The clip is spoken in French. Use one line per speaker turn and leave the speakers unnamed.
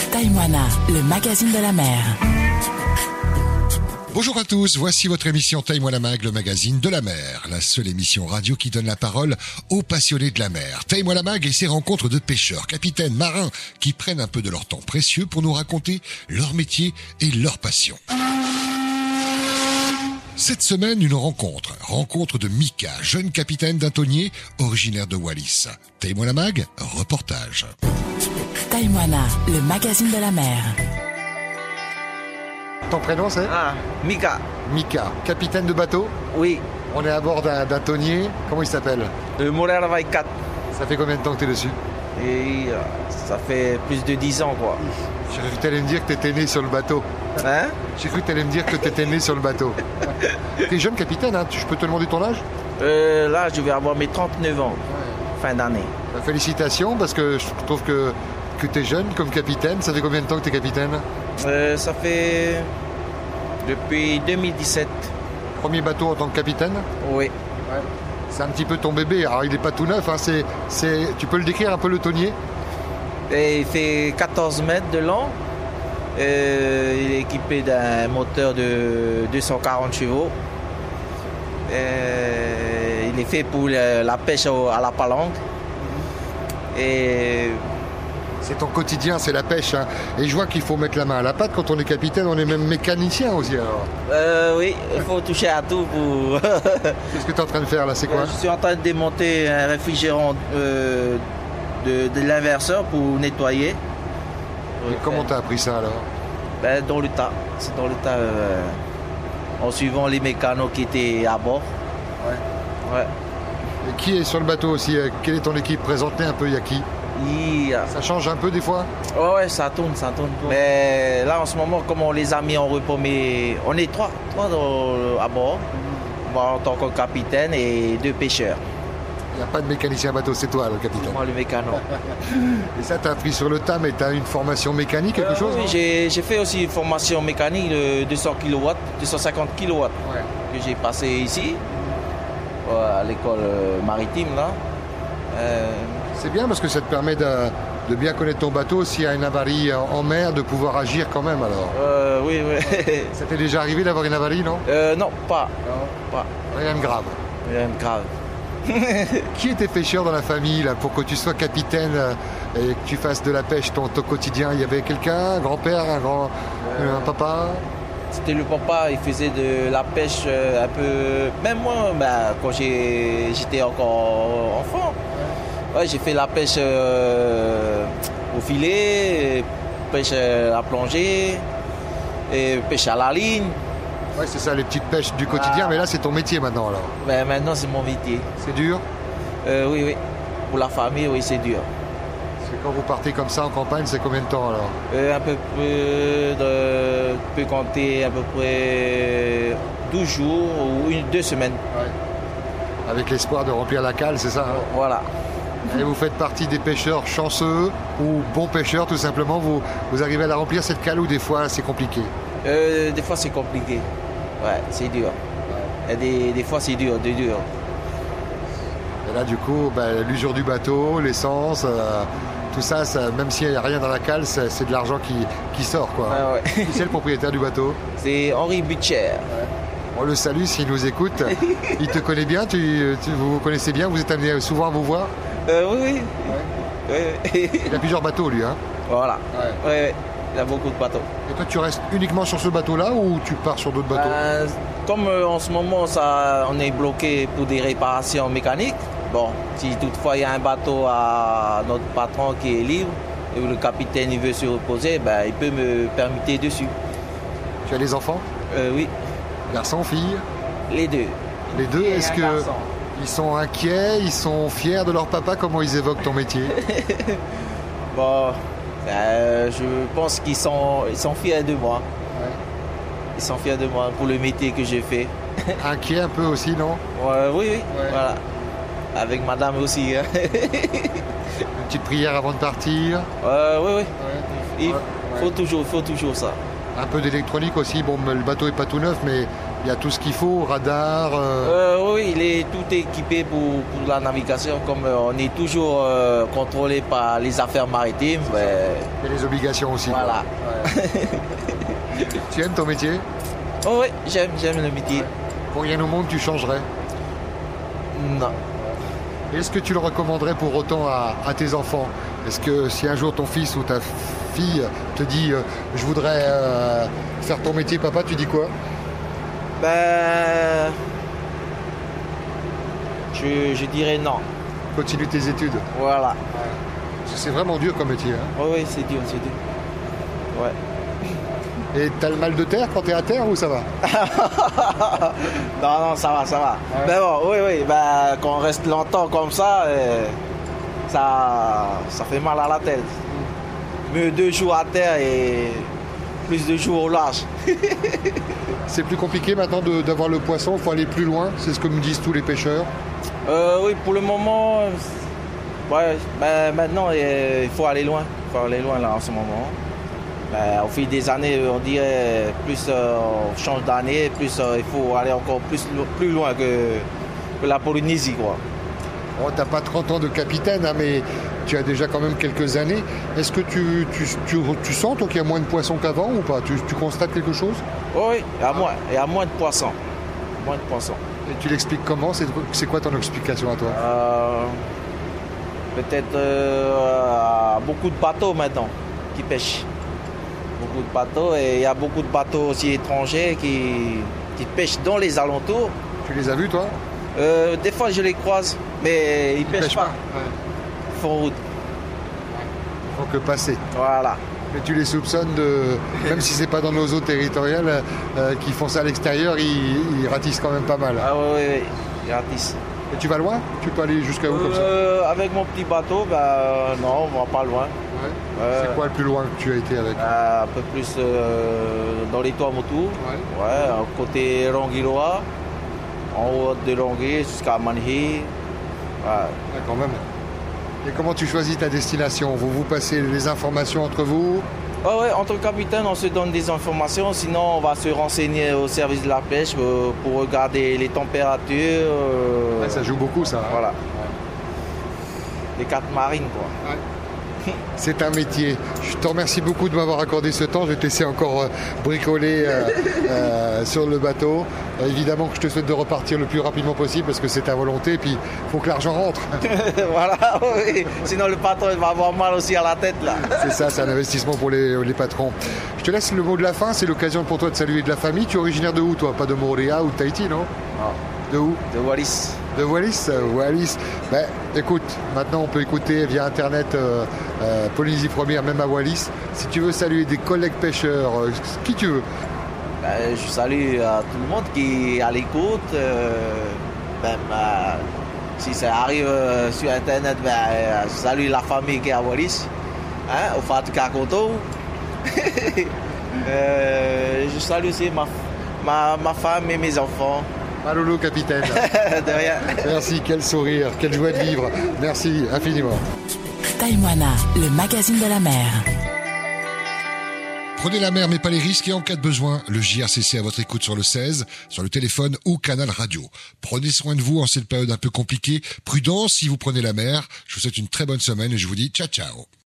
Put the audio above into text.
Taïwana, le magazine de la mer.
Bonjour à tous, voici votre émission Taïwana Mag, le magazine de la mer, la seule émission radio qui donne la parole aux passionnés de la mer. Taïwana Mag et ses rencontres de pêcheurs, capitaines, marins qui prennent un peu de leur temps précieux pour nous raconter leur métier et leur passion. Cette semaine, une rencontre de Mika, jeune capitaine d'un tonnier originaire de Wallis. Taïwana Mag, reportage.
Taïwana, le magazine de la mer.
Ton prénom c'est
Mika.
Mika, capitaine de bateau.
Oui,
On est à bord d'un tonnier. Comment il s'appelle?
Montréal 24.
Ça fait combien de temps que tu es dessus?
Et ça fait plus de 10 ans, quoi.
J'ai cru que tu allais me dire que tu étais né sur le bateau.
Hein?
J'ai cru que tu allais me dire que tu étais né sur le bateau. Tu es jeune capitaine, hein? Je peux te demander ton âge?
Là, je vais avoir mes 39 ans, fin d'année.
Félicitations, parce que je trouve que tu es jeune comme capitaine. Ça fait combien de temps que tu es capitaine?
Ça fait depuis 2017.
Premier bateau en tant que capitaine?
Oui.
C'est un petit peu ton bébé. Alors, il n'est pas tout neuf. Hein. Tu peux le décrire un peu, le tonnier?
Et il fait 14 mètres de long. Il est équipé d'un moteur de 240 chevaux. Il est fait pour la pêche à la palangre. Et
C'est ton quotidien, c'est la pêche. Hein. Et je vois qu'il faut mettre la main à la pâte. Quand on est capitaine, on est même mécanicien aussi. Alors.
oui, il faut toucher à tout pour...
Qu'est-ce que tu es en train de faire là? C'est quoi?
Je suis en train de démonter un réfrigérant de l'inverseur pour nettoyer.
Et comment tu as appris ça alors?
Dans le tas. C'est dans le tas, en suivant les mécanos qui étaient à bord. Ouais.
Et qui est sur le bateau aussi? Quelle est ton équipe? Présente-les un peu, il y a qui? Ça change un peu des fois?
Ouais, ça tourne. Mais là, en ce moment, comme on les a mis en repos, mais on est trois à bord. Moi, en tant que capitaine et 2 pêcheurs.
Il n'y a pas de mécanicien bateau, c'est toi le capitaine.
Moi, le mécano.
Et ça, tu as appris sur le tas, mais tu as une formation mécanique, quelque chose?
Oui, j'ai fait aussi une formation mécanique de 200 kW, 250 kW que j'ai passé ici, à l'école maritime. Là.
C'est bien parce que ça te permet de bien connaître ton bateau. S'il y a une avarie en mer, de pouvoir agir quand même alors.
Oui.
Ça t'est déjà arrivé d'avoir une avarie, non?
Non, pas.
Rien de grave.
Rien de grave.
Qui était pêcheur dans la famille là, pour que tu sois capitaine et que tu fasses de la pêche ton quotidien? Il y avait quelqu'un, un grand-père, un papa?
C'était le papa, il faisait de la pêche un peu... Même moi, quand j'étais encore enfant, j'ai fait la pêche au filet, pêche à plongée, et pêche à la ligne.
Ouais, c'est ça, les petites pêches du quotidien, mais là c'est ton métier maintenant alors.
Maintenant c'est mon métier.
C'est dur?
Oui. Pour la famille, oui, c'est dur.
C'est quand vous partez comme ça en campagne, c'est combien de temps alors?
Un peu près peut compter à peu près 12 jours ou 2 semaines.
Ouais. Avec l'espoir de remplir la cale, c'est ça? Hein?
Voilà.
Et vous faites partie des pêcheurs chanceux ou bons pêcheurs tout simplement, vous arrivez à la remplir cette cale ou des fois c'est compliqué?
Des fois c'est compliqué. Ouais, c'est dur. Et des fois c'est dur.
Et là du coup, l'usure du bateau, l'essence, tout ça, même s'il n'y a rien dans la cale, c'est de l'argent qui sort quoi.
Ouais.
Qui c'est le propriétaire du bateau?
C'est Henri Butcher.
On le salue s'il nous écoute. Il te connaît bien, vous vous connaissez bien, vous êtes amené souvent à vous voir?
Oui.
Il a plusieurs bateaux lui, hein?
Voilà. Ouais. Il y a beaucoup de bateaux.
Et toi tu restes uniquement sur ce bateau-là ou tu pars sur d'autres bateaux?
Comme en ce moment on est bloqué pour des réparations mécaniques, bon, si toutefois il y a un bateau à notre patron qui est libre et où le capitaine il veut se reposer, il peut me permettre dessus.
Tu as des enfants?
Oui.
Garçons, filles?
Les deux.
Les deux, est-ce qu'ils sont inquiets, ils sont fiers de leur papa? Comment ils évoquent ton métier?
Bon, je pense qu'ils sont fiers de moi.
Ouais.
Ils sont fiers de moi pour le métier que j'ai fait.
Inquiets un peu aussi, non?
Oui.
Ouais.
Voilà. Avec madame aussi. Hein.
Une petite prière avant de partir?
Oui.
Ouais.
Il faut toujours ça.
Un peu d'électronique aussi. Bon, le bateau est pas tout neuf, mais Il y a tout ce qu'il faut, radar.
Oui, il est tout équipé pour la navigation. Comme on est toujours contrôlé par les affaires maritimes.
Et les obligations aussi.
Voilà.
Ouais. Tu aimes ton métier?
Oh, oui, j'aime le métier.
Pour rien au monde, tu changerais?
Non.
Est-ce que tu le recommanderais pour autant à tes enfants? Est-ce que si un jour ton fils ou ta fille te dit je voudrais faire ton métier, papa, tu dis quoi?
Je dirais non.
Continue tes études.
Voilà.
C'est vraiment dur comme métier. Hein?
Oui, c'est dur. Ouais.
Et t'as le mal de terre quand t'es à terre ou ça va?
Non, ça va. Ouais. Mais bon, oui, quand on reste longtemps comme ça, ça fait mal à la tête. Mieux 2 jours à terre et plus de jours au large.
C'est plus compliqué maintenant d'avoir le poisson, il faut aller plus loin, c'est ce que me disent tous les pêcheurs.
Oui, pour le moment, maintenant il faut aller loin. Là en ce moment. Au fil des années, on dirait plus on change d'année, plus il faut aller encore plus loin que la Polynésie, quoi.
Oh, t'as pas 30 ans de capitaine, hein, mais tu as déjà quand même quelques années. Est-ce que tu sens toi qu'il y a moins de poissons qu'avant ou pas? Tu constates quelque chose?
Oui, il y a moins de poissons.
Et tu l'expliques comment? C'est quoi ton explication à toi?
Peut-être beaucoup de bateaux maintenant qui pêchent. Beaucoup de bateaux et il y a beaucoup de bateaux aussi étrangers qui pêchent dans les alentours.
Tu les as vus toi?
Des fois je les croise, mais ils pêchent pas.
Ouais.
Ils font route.
Ils font que passer.
Voilà.
Mais tu les soupçonnes même si c'est pas dans nos eaux territoriales, qui font ça à l'extérieur, ils ratissent quand même pas mal.
Ah oui, ils ratissent.
Et tu vas loin? Tu peux aller jusqu'à où comme ça?
Avec mon petit bateau, non, on va pas loin.
Ouais. C'est quoi le plus loin que tu as été avec?
Un peu plus dans les Tuamotu, côté Rongiloa, en haut de Rongi jusqu'à Manhi.
Ouais, quand même. Et comment tu choisis ta destination? Vous passez les informations entre vous?
Entre capitaines, on se donne des informations. Sinon, on va se renseigner au service de la pêche pour regarder les températures.
Ça joue beaucoup, ça. Hein?
Voilà. Les cartes marines, quoi.
Ouais. C'est un métier. Je te remercie beaucoup de m'avoir accordé ce temps. Je vais te laisser encore bricoler sur le bateau. Évidemment que je te souhaite de repartir le plus rapidement possible parce que c'est ta volonté. Et puis, il faut que l'argent rentre.
Voilà, oui. Sinon, le patron va avoir mal aussi à la tête, là.
C'est ça, c'est un investissement pour les patrons. Je te laisse le mot de la fin. C'est l'occasion pour toi de saluer de la famille. Tu es originaire de où, toi? Pas de Moorea ou de Tahiti, non?
Non.
De où?
De Wallis.
De Wallis? Wallis. Écoute, maintenant on peut écouter via Internet Polynésie Première, même à Wallis. Si tu veux saluer des collègues pêcheurs, qui tu veux?
Je salue tout le monde qui est à l'écoute. Si ça arrive sur Internet, je salue la famille qui est à Wallis. Au Fatou Kakoto. Je salue aussi ma femme et mes enfants.
Malolo, capitaine.
De rien.
Merci, quel sourire, quelle joie de vivre. Merci infiniment.
Taïwana, le magazine de la mer.
Prenez la mer mais pas les risques et en cas de besoin, le JRCC à votre écoute sur le 16, sur le téléphone ou canal radio. Prenez soin de vous en cette période un peu compliquée. Prudence si vous prenez la mer. Je vous souhaite une très bonne semaine et je vous dis ciao ciao.